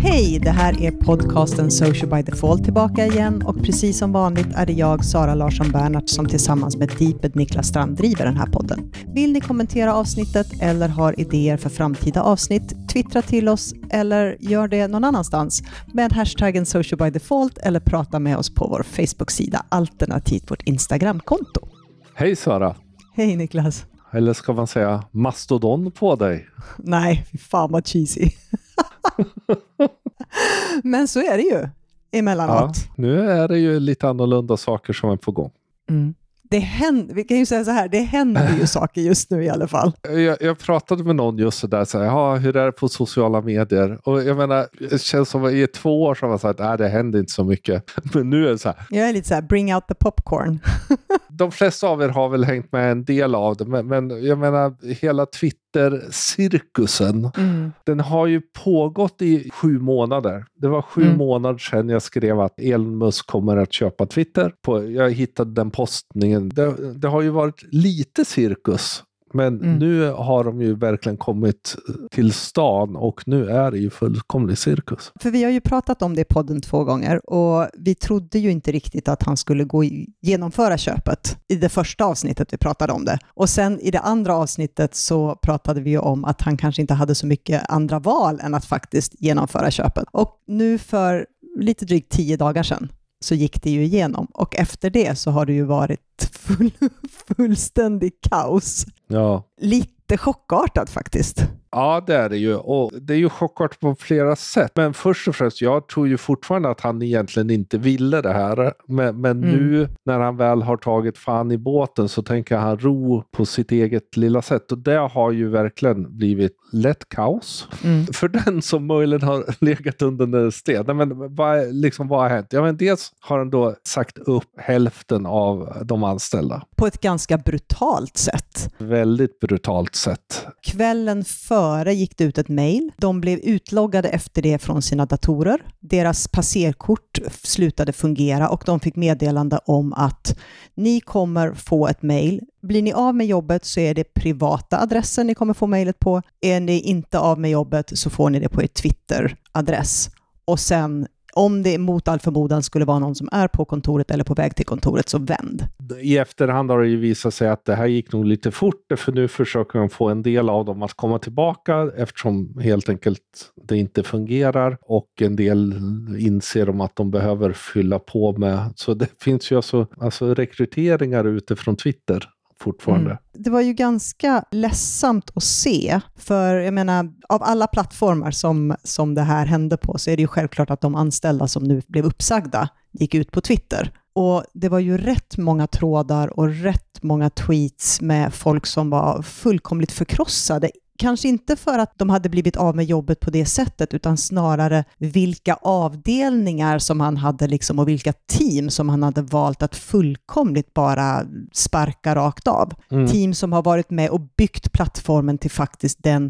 Hej, det här är podcasten Social by Default tillbaka igen och precis som vanligt är det jag, Sara Larsson Bernhardt, som tillsammans med Deeped Niklas Strand driver den här podden. Vill ni kommentera avsnittet eller har idéer för framtida avsnitt, twittra till oss eller gör det någon annanstans med hashtaggen Social by Default eller prata med oss på vår Facebook-sida alternativt vårt Instagram-konto. Hej Sara. Hej Niklas. Eller ska man säga mastodon på dig? Nej, fan vad cheesy. Men så är det ju emellanåt. Ja, nu är det ju lite annorlunda saker som är på gång. Mm. Det händer, vi kan ju säga så här, det händer ju saker just nu i alla fall. Jag pratade med någon just så här, ja, hur är det på sociala medier? Och jag menar, det känns som att i 2 år så har man sagt, nej det händer inte så mycket. Men nu är det så här. Jag är lite så här, bring out the popcorn. De flesta av er har väl hängt med en del av det, men jag menar, hela Twitter-cirkusen, den har ju pågått i 7 månader. Det var 7 månader sedan jag skrev att Elon Musk kommer att köpa Twitter. Jag hittade den postningen. Det har ju varit lite cirkus. Men nu har de ju verkligen kommit till stan och nu är det ju fullkomlig cirkus. För vi har ju pratat om det i podden 2 gånger och vi trodde ju inte riktigt att han skulle genomföra köpet i det första avsnittet vi pratade om det. Och sen i det andra avsnittet så pratade vi ju om att han kanske inte hade så mycket andra val än att faktiskt genomföra köpet. Och nu för lite drygt 10 dagar sedan så gick det ju igenom. Och efter det så har det ju varit fullständig kaos. Ja. Lite chockartat faktiskt. Ja, det är det ju. Och det är ju chockartat på flera sätt. Men först och främst, jag tror ju fortfarande att han egentligen inte ville det här. Men nu när han väl har tagit fan i båten så tänker han ro på sitt eget lilla sätt. Och det har ju verkligen blivit lätt kaos. För den som möjligen har legat under den sten. Men vad har hänt? Ja, men dels har han då sagt upp hälften av de anställda. På ett ganska brutalt sätt. Väldigt brutalt sätt. Kvällen före gick det ut ett mejl. De blev utloggade efter det från sina datorer. Deras passerkort slutade fungera och de fick meddelande om att ni kommer få ett mejl. Blir ni av med jobbet så är det privata adressen ni kommer få mejlet på. Är ni inte av med jobbet så får ni det på er Twitter-adress. Och sen om det mot all förmodan skulle vara någon som är på kontoret eller på väg till kontoret så vänd. I efterhand har det ju visat sig att det här gick nog lite fort för nu försöker de få en del av dem att komma tillbaka eftersom helt enkelt det inte fungerar och en del inser de att de behöver fylla på med. Så det finns ju alltså rekryteringar utifrån Twitter fortfarande. Det var ju ganska ledsamt att se, för jag menar, av alla plattformar som det här hände på så är det ju självklart att de anställda som nu blev uppsagda gick ut på Twitter. Och det var ju rätt många trådar och rätt många tweets med folk som var fullkomligt förkrossade. Kanske inte för att de hade blivit av med jobbet på det sättet utan snarare vilka avdelningar som han hade liksom och vilka team som han hade valt att fullkomligt bara sparka rakt av. Team som har varit med och byggt plattformen till faktiskt den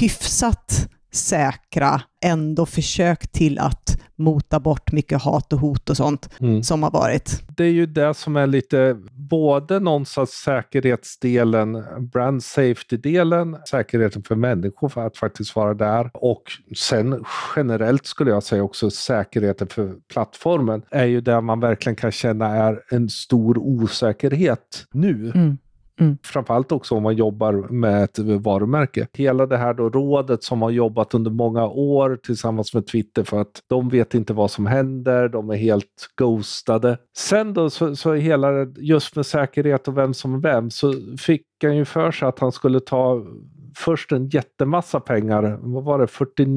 hyfsat säkra ändå försök till att mota bort mycket hat och hot och sånt som har varit. Det är ju det som är lite både någonstans säkerhetsdelen, brand safety-delen, säkerheten för människor för att faktiskt vara där och sen generellt skulle jag säga också säkerheten för plattformen är ju där man verkligen kan känna är en stor osäkerhet nu. Framförallt också om man jobbar med ett varumärke. Hela det här då rådet som har jobbat under många år tillsammans med Twitter för att de vet inte vad som händer, de är helt ghostade. Sen då så hela just med säkerhet och vem som vem så fick han ju för sig att han skulle ta först en jättemassa pengar, vad var det,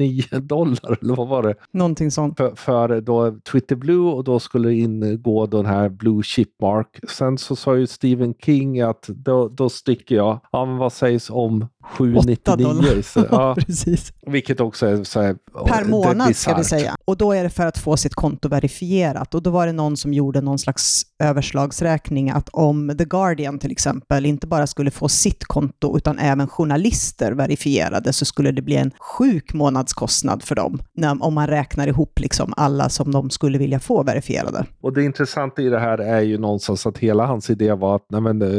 $49 eller vad var det? Någonting sånt. För då Twitter Blue och då skulle ingå den här Blue Chipmark. Sen så sa ju Stephen King att då sticker jag. Ja, men vad sägs om $799? Ja, precis. Vilket också är så här, per månad ska vi säga. Och då är det för att få sitt konto verifierat. Och då var det någon som gjorde någon slags överslagsräkning att om The Guardian till exempel inte bara skulle få sitt konto utan även journalister verifierade så skulle det bli en sjuk månadskostnad för dem om man räknar ihop liksom alla som de skulle vilja få verifierade. Och det intressanta i det här är ju någonstans att hela hans idé var att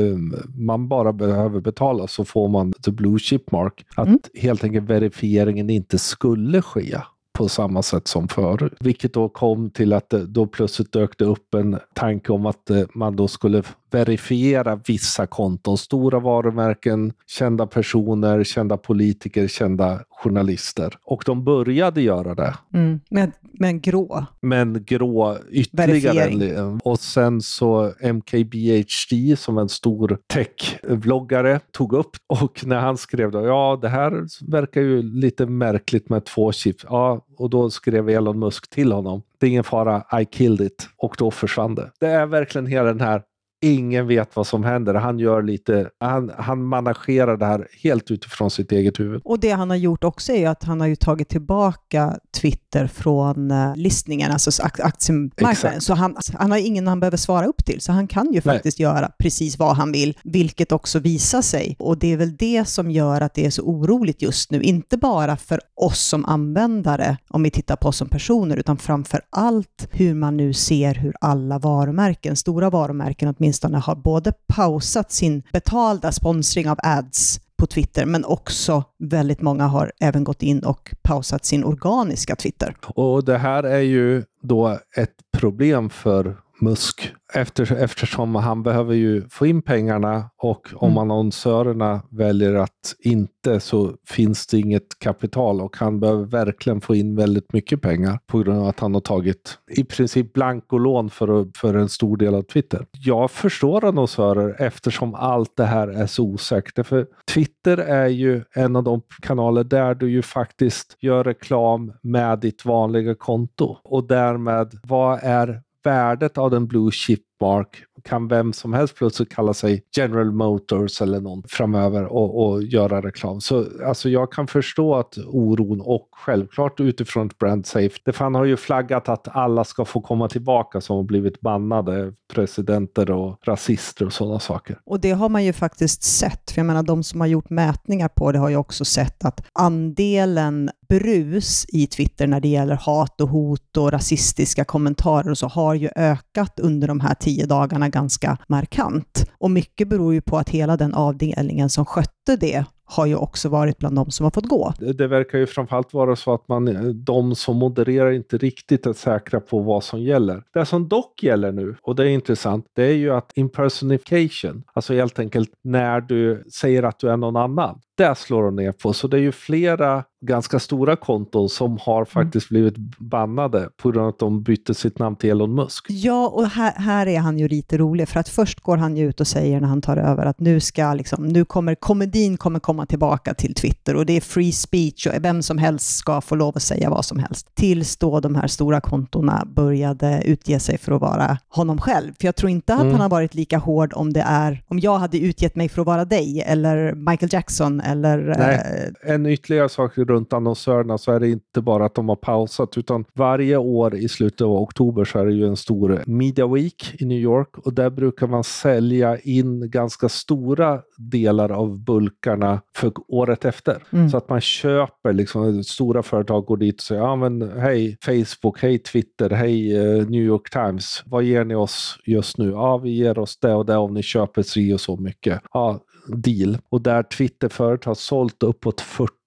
man bara behöver betala så får man the Blue Chipmark. Att helt enkelt verifieringen inte skulle ske på samma sätt som förut. Vilket då kom till att då plötsligt dök det upp en tanke om att man då skulle verifiera vissa konton, stora varumärken, kända personer, kända politiker, kända journalister. Och de började göra det. Men grå. Men grå ytterligare. Och sen så MKBHD som en stor tech-vloggare tog upp, och när han skrev då, ja det här verkar ju lite märkligt med 2 chips. Ja, och då skrev Elon Musk till honom, det är ingen fara, I killed it. Och då försvann det. Det är verkligen hela den här, ingen vet vad som händer. Han gör lite, han managerar det här helt utifrån sitt eget huvud. Och det han har gjort också är att han har ju tagit tillbaka Twitter från listningen, alltså aktiemarknaden. Exakt. Så han har ingen han behöver svara upp till. Så han kan ju faktiskt göra precis vad han vill, vilket också visar sig. Och det är väl det som gör att det är så oroligt just nu. Inte bara för oss som användare, om vi tittar på oss som personer, utan framför allt hur man nu ser hur alla varumärken, stora varumärken åtminstone, har både pausat sin betalda sponsring av ads på Twitter, men också väldigt många har även gått in och pausat sin organiska Twitter. Och det här är ju då ett problem för Musk. Eftersom han behöver ju få in pengarna, och om annonsörerna väljer att inte, så finns det inget kapital, och han behöver verkligen få in väldigt mycket pengar på grund av att han har tagit i princip blankolån för en stor del av Twitter. Jag förstår annonsörer eftersom allt det här är så osäkert. För Twitter är ju en av de kanaler där du ju faktiskt gör reklam med ditt vanliga konto, och därmed vad är värdet av den blue chip mark? Kan vem som helst plötsligt kalla sig General Motors eller någon framöver och göra reklam. Så alltså jag kan förstå att oron, och självklart utifrån ett brand safe. Han har ju flaggat att alla ska få komma tillbaka som har blivit bannade, presidenter och rasister och sådana saker. Och det har man ju faktiskt sett. För jag menar, de som har gjort mätningar på det har ju också sett att andelen brus i Twitter när det gäller hat och hot och rasistiska kommentarer och så har ju ökat under de här 10 dagarna ganska markant. Och mycket beror ju på att hela den avdelningen som skötte det har ju också varit bland de som har fått gå. Det verkar ju framförallt vara så att de som modererar inte riktigt är säkra på vad som gäller. Det som dock gäller nu, och det är intressant, det är ju att impersonification, alltså helt enkelt när du säger att du är någon annan, det slår de ner på. Så det är ju flera ganska stora konton som har faktiskt blivit bannade på grund av att de bytte sitt namn till Elon Musk. Ja, och här är han ju lite rolig, för att först går han ju ut och säger när han tar över att nu kommer komedin komma tillbaka till Twitter, och det är free speech och vem som helst ska få lov att säga vad som helst. Tills då de här stora kontona började utge sig för att vara honom själv. För jag tror inte att han har varit lika hård om jag hade utgett mig för att vara dig eller Michael Jackson eller... Nej, en ytterligare sak runt annonsörerna, så är det inte bara att de har pausat, utan varje år i slutet av oktober så är det ju en stor Media Week i New York, och där brukar man sälja in ganska stora delar av bulkarna för året efter. Så att man köper, liksom stora företag går dit och säger, ja men hej Facebook, hej Twitter, hej New York Times, vad ger ni oss just nu? Ja, vi ger oss det och det om ni köper sig och så mycket. Ja, deal. Och där Twitter förut har sålt uppåt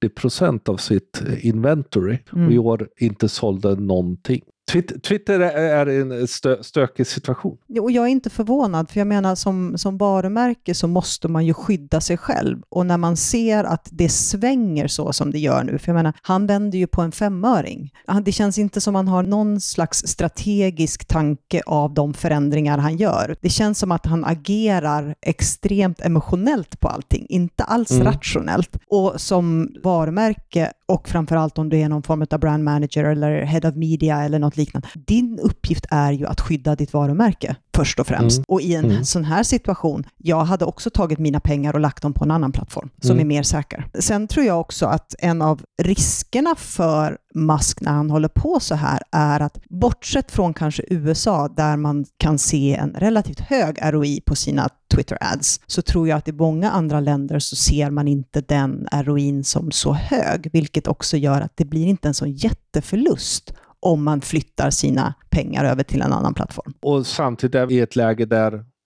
40% av sitt inventory och i år inte sålde någonting. Twitter är en stökig situation. Och jag är inte förvånad, för jag menar som varumärke så måste man ju skydda sig själv. Och när man ser att det svänger så som det gör nu, för jag menar, han vänder ju på en 5-öring. Det känns inte som man har någon slags strategisk tanke av de förändringar han gör. Det känns som att han agerar extremt emotionellt på allting, inte alls rationellt. Och som varumärke, och framförallt om du är någon form av brand manager eller head of media eller något liknande. Din uppgift är ju att skydda ditt varumärke först och främst. Och i en sån här situation, jag hade också tagit mina pengar och lagt dem på en annan plattform som är mer säker. Sen tror jag också att en av riskerna för Musk när han håller på så här är att, bortsett från kanske USA där man kan se en relativt hög ROI på sina Twitter-ads, så tror jag att i många andra länder så ser man inte den ROIn som så hög, vilket också gör att det blir inte en sån jätteförlust om man flyttar sina pengar över till en annan plattform. Och samtidigt är vi i ett läge där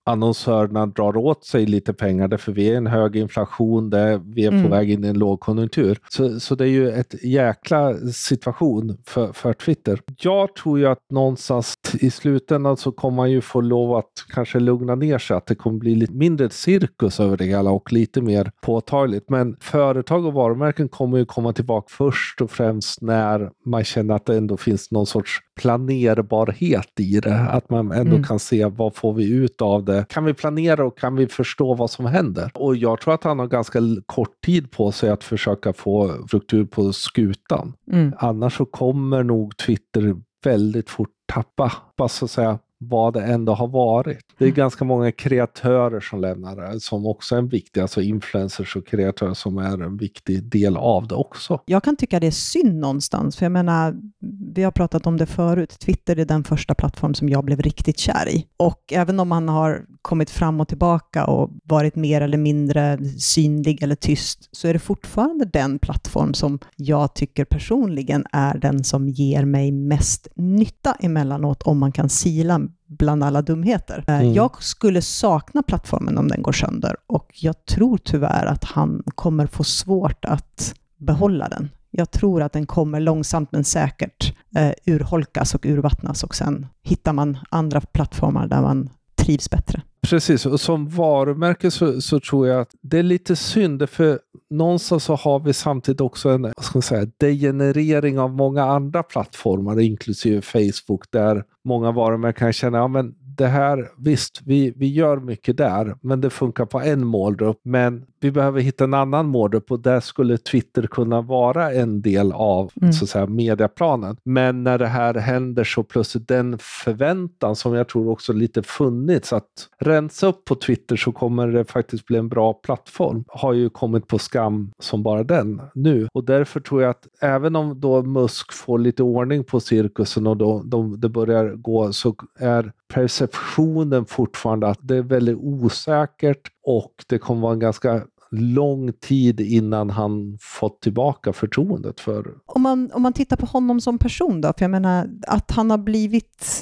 annonsörerna drar åt sig lite pengar därför vi är en hög inflation, vi är på väg in i en lågkonjunktur. Så det är ju ett jäkla situation för Twitter. Jag tror ju att någonstans i slutändan så kommer man ju få lov att kanske lugna ner sig, att det kommer bli lite mindre cirkus över det hela och lite mer påtagligt. Men företag och varumärken kommer ju komma tillbaka först och främst när man känner att det ändå finns någon sorts planerbarhet i det. Att man ändå kan se vad får vi ut av det. Kan vi planera och kan vi förstå vad som händer? Och jag tror att han har ganska kort tid på sig att försöka få struktur på skutan. Annars så kommer nog Twitter väldigt fort tappa, så att säga, vad det ändå har varit. Det är ganska många kreatörer som lämnar det, som också är en viktig, alltså influencers och kreatörer som är en viktig del av det också. Jag kan tycka det är synd någonstans, för jag menar, vi har pratat om det förut. Twitter är den första plattform som jag blev riktigt kär i. Och även om man har kommit fram och tillbaka och varit mer eller mindre synlig eller tyst, så är det fortfarande den plattform som jag tycker personligen är den som ger mig mest nytta emellanåt, om man kan sila bland alla dumheter. Jag skulle sakna plattformen om den går sönder, och jag tror tyvärr att han kommer få svårt att behålla den. Jag tror att den kommer långsamt men säkert urholkas och urvattnas, och sen hittar man andra plattformar där man trivs bättre. Precis, och som varumärke så tror jag att det är lite synd, för någonstans så har vi samtidigt också en, vad ska man säga, degenerering av många andra plattformar, inklusive Facebook, där många varumärken känner, ja men det här, visst, vi gör mycket där, men det funkar på en målgrupp, men vi behöver hitta en annan målgrupp, och där skulle Twitter kunna vara en del av så att säga, mediaplanen. Men när det här händer så plötsligt den förväntan som jag tror också lite funnits att rensa upp på Twitter så kommer det faktiskt bli en bra plattform, har ju kommit på skam som bara den nu. Och därför tror jag att även om då Musk får lite ordning på cirkusen och det börjar gå, så är perceptionen fortfarande att det är väldigt osäkert, och det kommer vara en ganska lång tid innan han fått tillbaka förtroendet för. Om man tittar på honom som person då, för jag menar att han har blivit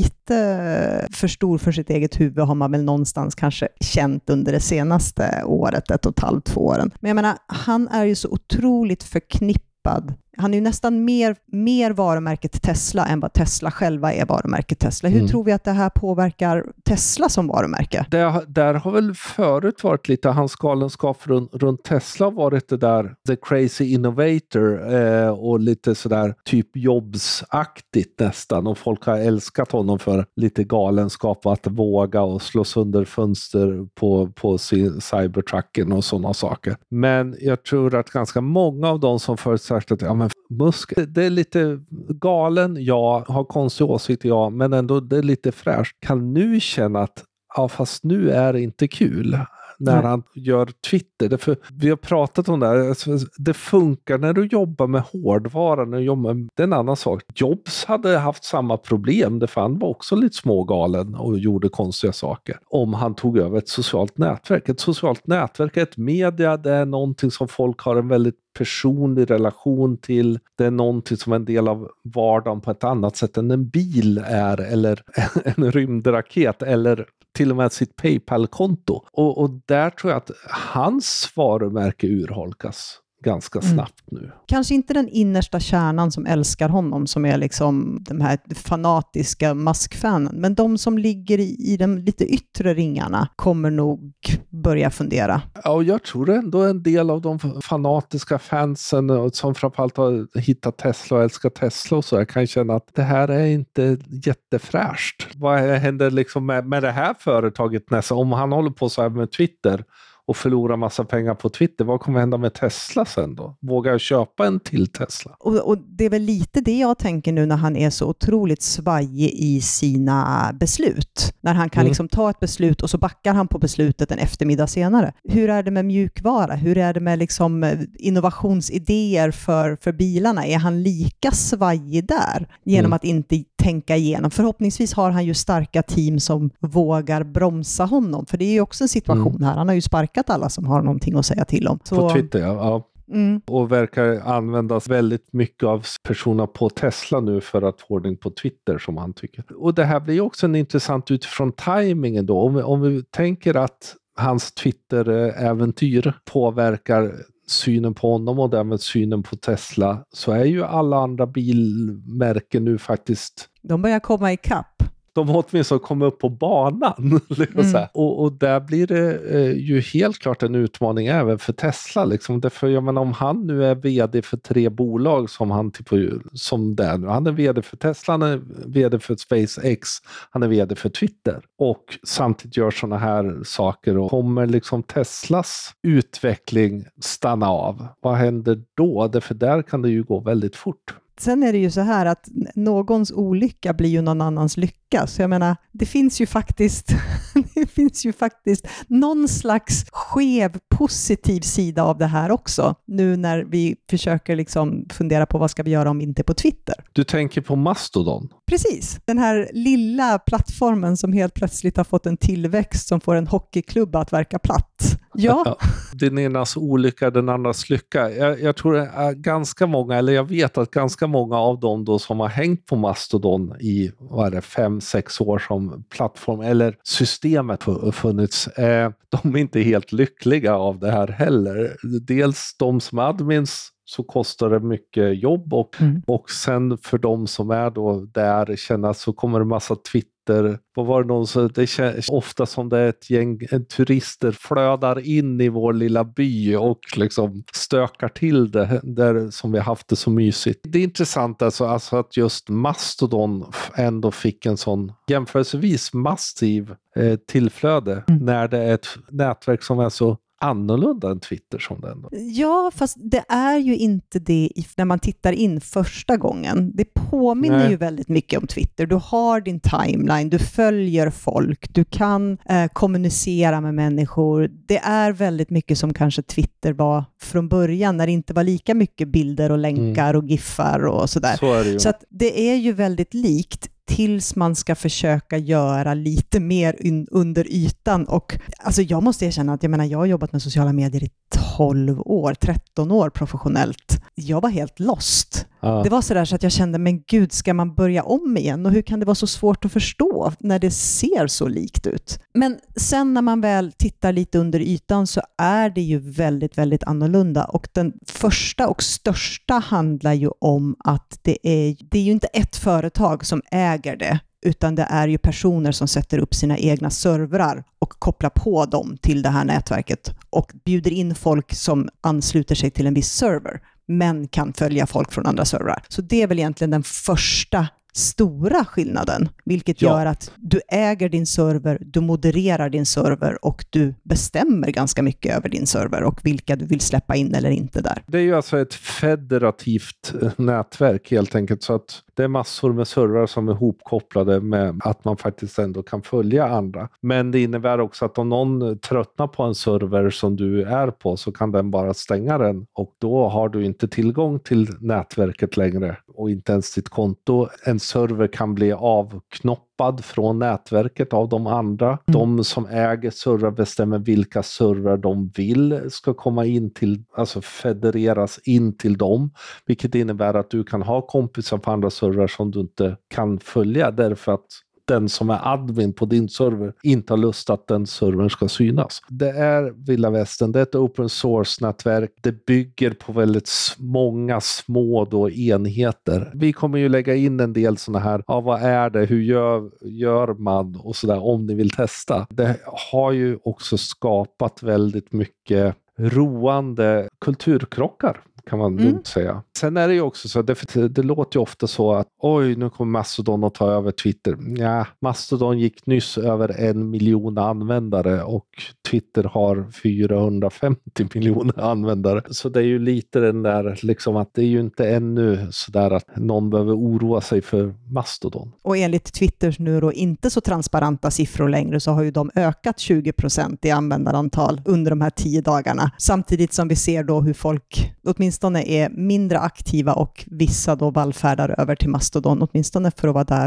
lite för stor för sitt eget huvud har man väl någonstans kanske känt under det senaste året, 1,5-2 åren. Men jag menar, han är ju så otroligt förknippad. Han är ju nästan mer varumärket Tesla än vad Tesla själva är varumärket Tesla. Hur tror vi att det här påverkar Tesla som varumärke? Där har väl förut varit lite hans galenskap runt Tesla, varit det där the crazy innovator och lite sådär typ Jobs-aktigt nästan, och folk har älskat honom för lite galenskap, att våga och slå sönder fönster på cybertrucken och sådana saker. Men jag tror att ganska många av dem som förut sagt att Musk, det är lite galen, har konstig åsikt, men ändå det är lite fräscht. Kan nu känna att fast nu är det inte kul när han gör Twitter. För vi har pratat om det här. Alltså, det funkar när du jobbar med hårdvara, när du jobbar med, det är en annan sak. Jobs hade haft samma problem, för han var också lite smågalen och gjorde konstiga saker. Om han tog över ett socialt nätverk. Ett socialt nätverk är ett media, det är någonting som folk har en väldigt personlig relation till. Det är någonting som är en del av vardagen på ett annat sätt än en bil är, eller en rymdraket, eller till och med sitt PayPal-konto. Och där tror jag att hans varumärke urholkas ganska snabbt nu. Kanske inte den innersta kärnan som älskar honom, som är liksom de här fanatiska Musk-fanen, men de som ligger i de lite yttre ringarna kommer nog börja fundera. Ja, och jag tror ändå en del av de fanatiska fansen som framförallt har hittat Tesla och älskar Tesla och så, jag kan känna att det här är inte jättefräscht. Vad händer liksom med det här företaget nästa? Om han håller på så här med Twitter och förlora massa pengar på Twitter, vad kommer hända med Tesla sen då? Vågar jag köpa en till Tesla? Och det är väl lite det jag tänker nu när han är så otroligt svajig i sina beslut. När han kan liksom ta ett beslut och så backar han på beslutet en eftermiddag senare. Hur är det med mjukvara? Hur är det med liksom innovationsidéer för bilarna? Är han lika svajig där genom att inte tänka igenom? Förhoppningsvis har han ju starka team som vågar bromsa honom. För det är ju också en situation här. Han har ju sparkat alla som har någonting att säga till om. Så, på Twitter, ja. Och verkar användas väldigt mycket av personer på Tesla nu för att få ordning på Twitter, som han tycker. Och det här blir också en intressant utifrån tajmingen då. Om vi tänker att hans Twitter-äventyr påverkar synen på honom och därmed synen på Tesla, så är ju alla andra bilmärken nu faktiskt... De börjar komma i kapp. De har åtminstone kommit upp på banan. Och där blir det ju helt klart en utmaning även för Tesla. Liksom. Därför, jag menar, om han nu är vd för 3 bolag som han som det nu. Han är vd för Tesla, han är vd för SpaceX, han är vd för Twitter. Och samtidigt gör sådana här saker. Och kommer liksom Teslas utveckling stanna av? Vad händer då? Därför där kan det ju gå väldigt fort. Sen är det ju så här att någons olycka blir ju någon annans lycka. Så jag menar, det finns ju faktiskt någon slags skev positiv sida av det här också. Nu när vi försöker liksom fundera på vad ska vi göra om vi inte är på Twitter. Du tänker på Mastodon? Precis. Den här lilla plattformen som helt plötsligt har fått en tillväxt som får en hockeyklubba att verka platt. Ja. Den enas olycka, den andras lycka. Jag tror det är ganska många, eller jag vet att ganska många av dem då som har hängt på Mastodon i 5-6 år som plattform eller systemet har funnits, de är inte helt lyckliga av det här heller. Dels de som är admins, så kostar det mycket jobb och sen för de som är då där känner så kommer det massa Twitter. Vad var det någon så det känns ofta som det är ett gäng turister flödar in i vår lilla by och liksom stökar till det där som vi haft det så mysigt. Det är intressant alltså att just Mastodon ändå fick en sån jämförelsevis massiv tillflöde när det är ett nätverk som är så annorlunda än Twitter som den då. Ja, fast det är ju inte det när man tittar in första gången. Det påminner ju väldigt mycket om Twitter. Du har din timeline, du följer folk, du kan kommunicera med människor. Det är väldigt mycket som kanske Twitter var från början, när det inte var lika mycket bilder och länkar och giffar och sådär. Så är det ju. Så att det är ju väldigt likt tills man ska försöka göra lite mer under ytan. Och alltså jag måste erkänna att jag har jobbat med sociala medier i 13 år professionellt. Jag var helt lost. Det var sådär så att jag kände, men gud, ska man börja om igen? Och hur kan det vara så svårt att förstå när det ser så likt ut? Men sen när man väl tittar lite under ytan så är det ju väldigt, väldigt annorlunda. Och den första och största handlar ju om att det är ju inte ett företag som äger det, utan det är ju personer som sätter upp sina egna servrar och kopplar på dem till det här nätverket och bjuder in folk som ansluter sig till en viss server, men kan följa folk från andra servrar. Så det är väl egentligen den första stora skillnaden, vilket gör att du äger din server, du modererar din server och du bestämmer ganska mycket över din server och vilka du vill släppa in eller inte där. Det är ju alltså ett federativt nätverk helt enkelt, så att det är massor med servrar som är hopkopplade med att man faktiskt ändå kan följa andra. Men det innebär också att om någon tröttnar på en server som du är på så kan den bara stänga den och då har du inte tillgång till nätverket längre och inte ens ditt konto. En server kan bli avknoppad från nätverket av de andra. De som äger server bestämmer vilka server de vill ska komma in till, alltså federeras in till dem, vilket innebär att du kan ha kompisar på andra server som du inte kan följa därför att den som är admin på din server inte har lust att den servern ska synas. Det är Vilda Västern, det är ett open source-nätverk. Det bygger på väldigt många små då enheter. Vi kommer ju lägga in en del sådana här, vad är det, hur gör man och sådär om ni vill testa. Det har ju också skapat väldigt mycket roande kulturkrockar, kan man lugnt säga. Sen är det ju också så, det låter ju ofta så att nu kommer Mastodon att ta över Twitter. Ja, Mastodon gick nyss över 1 miljon användare och Twitter har 450 miljoner användare. Så det är ju lite den där liksom att det är ju inte ännu sådär att någon behöver oroa sig för Mastodon. Och enligt Twitters nu då inte så transparenta siffror längre så har ju de ökat 20% i användarantal under de här 10 dagarna. Samtidigt som vi ser då hur folk åtminstone är mindre aktiva och vissa då vallfärdar över till Mastodon, åtminstone för att vara där och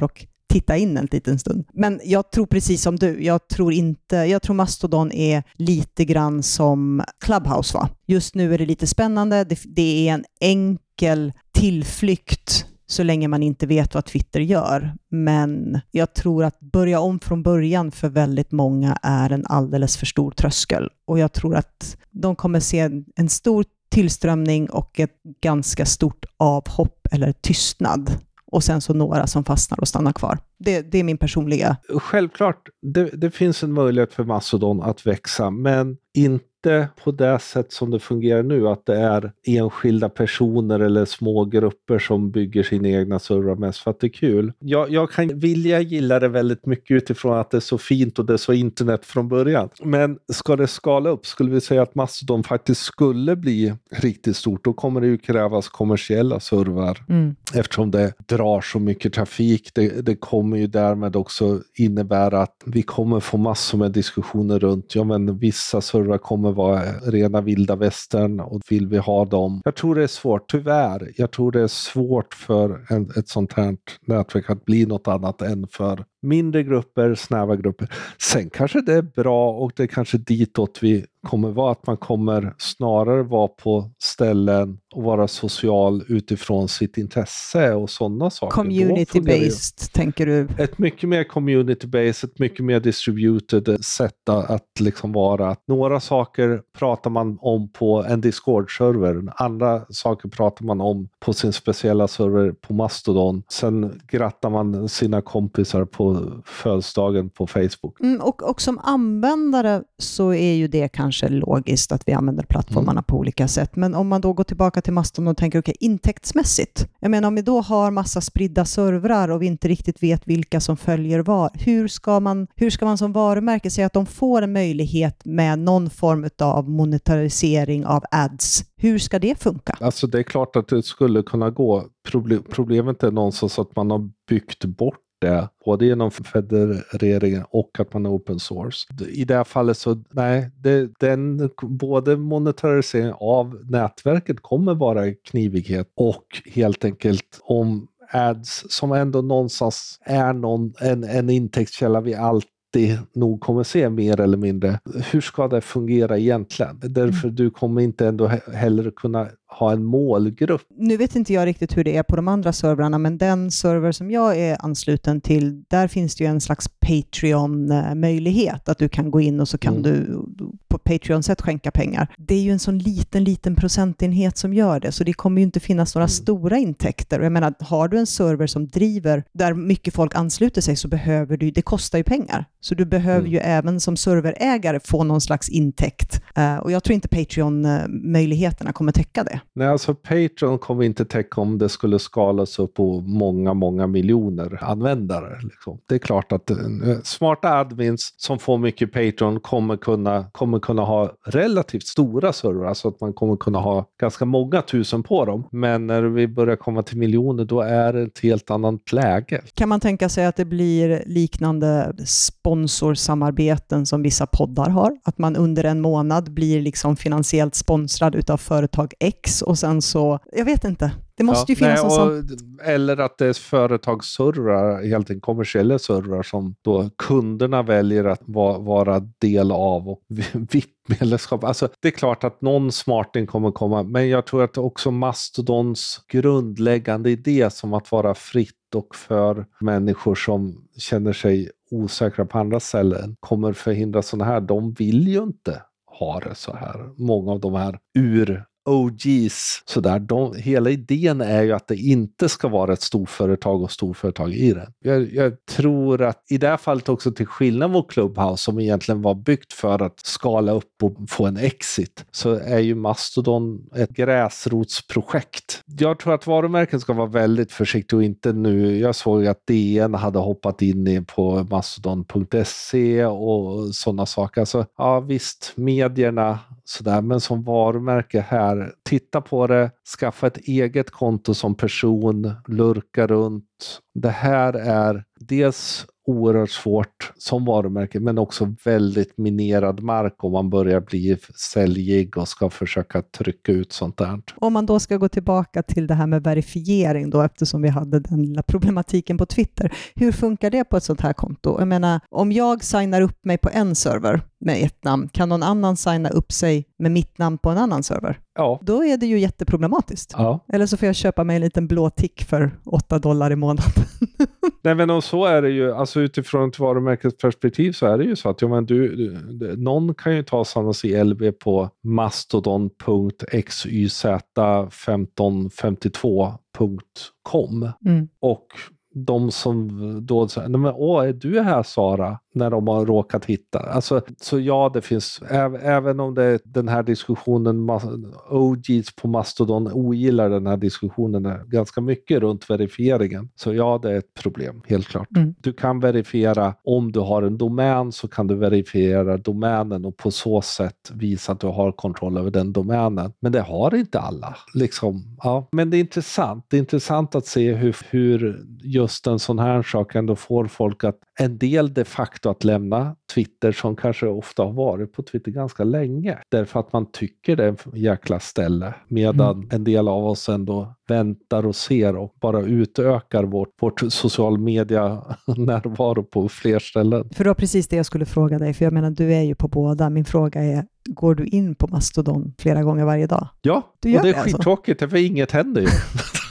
titta in en liten stund. Men jag tror precis som du, jag tror Mastodon är lite grann som Clubhouse, va? Just nu är det lite spännande, det är en enkel tillflykt så länge man inte vet vad Twitter gör. Men jag tror att börja om från början för väldigt många är en alldeles för stor tröskel. Och jag tror att de kommer se en stor tillströmning och ett ganska stort avhopp eller tystnad. Och sen så några som fastnar och stannar kvar. Det är min personliga... Självklart, det finns en möjlighet för Mastodon att växa, men inte på det sätt som det fungerar nu, att det är enskilda personer eller små grupper som bygger sina egna servrar mest för att det är kul. Jag kan gilla det väldigt mycket utifrån att det är så fint och det är så internet från början. Men ska det skala upp, skulle vi säga att Mastodon faktiskt skulle bli riktigt stort, då kommer det ju krävas kommersiella servrar. Eftersom det drar så mycket trafik. Det kommer ju därmed också innebära att vi kommer få massor med diskussioner runt, men vissa servrar kommer vara rena vilda västern och vill vi ha dem? Jag tror det är svårt, tyvärr. Jag tror det är svårt för ett sånt här nätverk att bli något annat än för mindre grupper, snäva grupper. Sen kanske det är bra och det är kanske ditåt vi kommer vara, att man kommer snarare vara på ställen och vara social utifrån sitt intresse och sådana saker. Community-based, tänker du? Ett mycket mer community-based, ett mycket mer distributed sätt att liksom vara. Några saker pratar man om på en Discord-server, andra saker pratar man om på sin speciella server på Mastodon. Sen grattar man sina kompisar på födelsedagen på Facebook. Och som användare så är ju det kanske logiskt att vi använder plattformarna på olika sätt. Men om man då går tillbaka till Mastodon och tänker intäktsmässigt. Jag menar, om vi då har massa spridda servrar och vi inte riktigt vet vilka som följer var. Hur ska man som varumärke säga att de får en möjlighet med någon form av monetarisering av ads? Hur ska det funka? Alltså det är klart att det skulle kunna gå. Problemet är någonstans att man har byggt bort det, både genom federeringen och att man är open source. I det här fallet så nej, både monetarisering av nätverket kommer vara knivighet och helt enkelt om ads som ändå någonstans är en intäktskälla vi alltid nog kommer se mer eller mindre. Hur ska det fungera egentligen? Därför du kommer inte ändå heller kunna ha en målgrupp. Nu vet inte jag riktigt hur det är på de andra servrarna, men den server som jag är ansluten till, där finns det ju en slags Patreon-möjlighet att du kan gå in och så kan du på Patreon-sätt skänka pengar. Det är ju en sån liten procentenhet som gör det, så det kommer ju inte finnas några stora intäkter. Jag menar, har du en server som driver där mycket folk ansluter sig så behöver du, det kostar ju pengar. Så du behöver ju även som serverägare få någon slags intäkt. Och jag tror inte Patreon-möjligheterna kommer täcka det. Nej, alltså Patreon kommer inte täcka om det skulle skalas upp på många miljoner användare. Liksom. Det är klart att smarta admins som får mycket Patreon kommer kunna ha relativt stora servrar, så att man kommer kunna ha ganska många tusen på dem. Men när vi börjar komma till miljoner, då är det ett helt annat läge. Kan man tänka sig att det blir liknande sponsorsamarbeten som vissa poddar har? Att man under en månad blir liksom finansiellt sponsrad utav företag X och sen så, jag vet inte. Det måste ju finnas en sån. Eller att det är företagsservrar, helt enkelt kommersiella servrar som då kunderna väljer att vara del av och VIP-medlemskap. Alltså det är klart att någon smarting kommer komma, men jag tror att också Mastodons grundläggande idé som att vara fritt och för människor som känner sig osäkra på andra ställen kommer förhindra sådana här. De vill ju inte ha det så här. Många av de här OGs, hela idén är ju att det inte ska vara ett storföretag i det. Jag tror att i det här fallet också, till skillnad mot Clubhouse som egentligen var byggt för att skala upp och få en exit, så är ju Mastodon ett gräsrotsprojekt. Jag tror att varumärken ska vara väldigt försiktiga och inte nu. Jag såg att DN hade hoppat in på mastodon.se och sådana saker. Alltså, ja visst, medierna sådär, men som varumärke här, titta på det, skaffa ett eget konto som person, lurka runt. Det här är dels oerhört svårt som varumärke, men också väldigt minerad mark om man börjar bli säljig och ska försöka trycka ut sånt där. Om man då ska gå tillbaka till det här med verifiering då, eftersom vi hade den lilla problematiken på Twitter. Hur funkar det på ett sånt här konto? Jag menar, om jag signar upp mig på en server med ett namn, kan någon annan signa upp sig med mitt namn på en annan server? Ja. Då är det ju jätteproblematiskt. Ja. Eller så får jag köpa mig en liten blå tick för $8 i månaden. Nej, men och så är det ju, alltså utifrån ett varumärkesperspektiv så är det ju så att någon kan ju ta Sanas LB på mastodon.xyz1552.com och de som då säger, men är du här Sara? När de har råkat hitta. Alltså, så ja, det finns, även om det den här diskussionen, OGs på Mastodon ogillar den här diskussionen ganska mycket runt verifieringen. Så ja, det är ett problem, helt klart. Du kan verifiera, om du har en domän så kan du verifiera domänen och på så sätt visa att du har kontroll över den domänen. Men det har inte alla. Liksom, ja. Men det är intressant att se hur just en sån här sak ändå får folk att en del de facto att lämna Twitter som kanske ofta har varit på Twitter ganska länge. Därför att man tycker det är en jäkla ställe. Medan en del av oss ändå väntar och ser och bara utökar vårt social media närvaro på fler ställen. För det var precis det jag skulle fråga dig. För jag menar, du är ju på båda. Min fråga är, går du in på Mastodon flera gånger varje dag? Ja, och det är skittråkigt. För inget händer ju.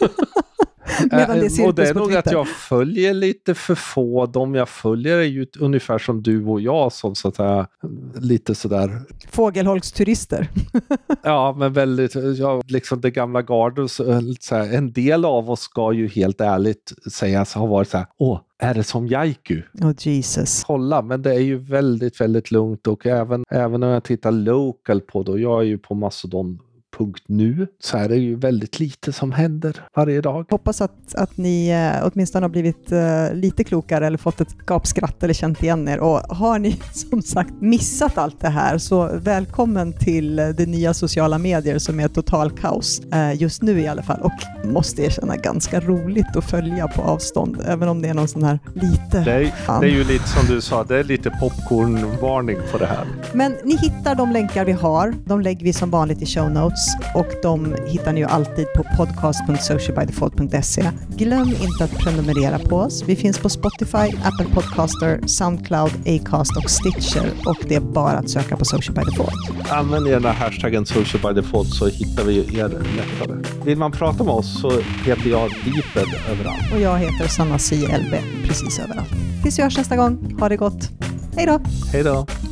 Och det är nog att jag följer lite för få. De jag följer är ju ungefär som du och jag som så att säga lite sådär fågelholksturister. Ja, men väldigt, liksom det gamla gardet, en del av oss ska ju helt ärligt sägas ha varit så här, är det som Jaiku? Jesus. Kolla, men det är ju väldigt, väldigt lugnt och även när jag tittar local på då, jag är ju på Mastodon.nu, så är det ju väldigt lite som händer varje dag. Hoppas att ni åtminstone har blivit lite klokare eller fått ett gapskratt eller känt igen er. Och har ni som sagt missat allt det här, så välkommen till det nya sociala medier som är total kaos just nu i alla fall, och måste erkänna ganska roligt att följa på avstånd, även om det är någon sån här lite... Det är ju lite som du sa, det är lite popcornvarning på det här. Men ni hittar de länkar vi har, de lägger vi som vanligt i show notes. Och de hittar ni ju alltid på podcast.socialbydefault.se. Glöm inte att prenumerera på oss. Vi finns på Spotify, Apple Podcaster, Soundcloud, Acast och Stitcher. Och det är bara att söka på Social by Default. Använd gärna hashtaggen Social by Default så hittar vi er lättare. Vill man prata med oss så heter jag Deeped överallt. Och jag heter Sanna CLB precis överallt. Tills vi hörs nästa gång. Ha det gott. Hej då! Hej då!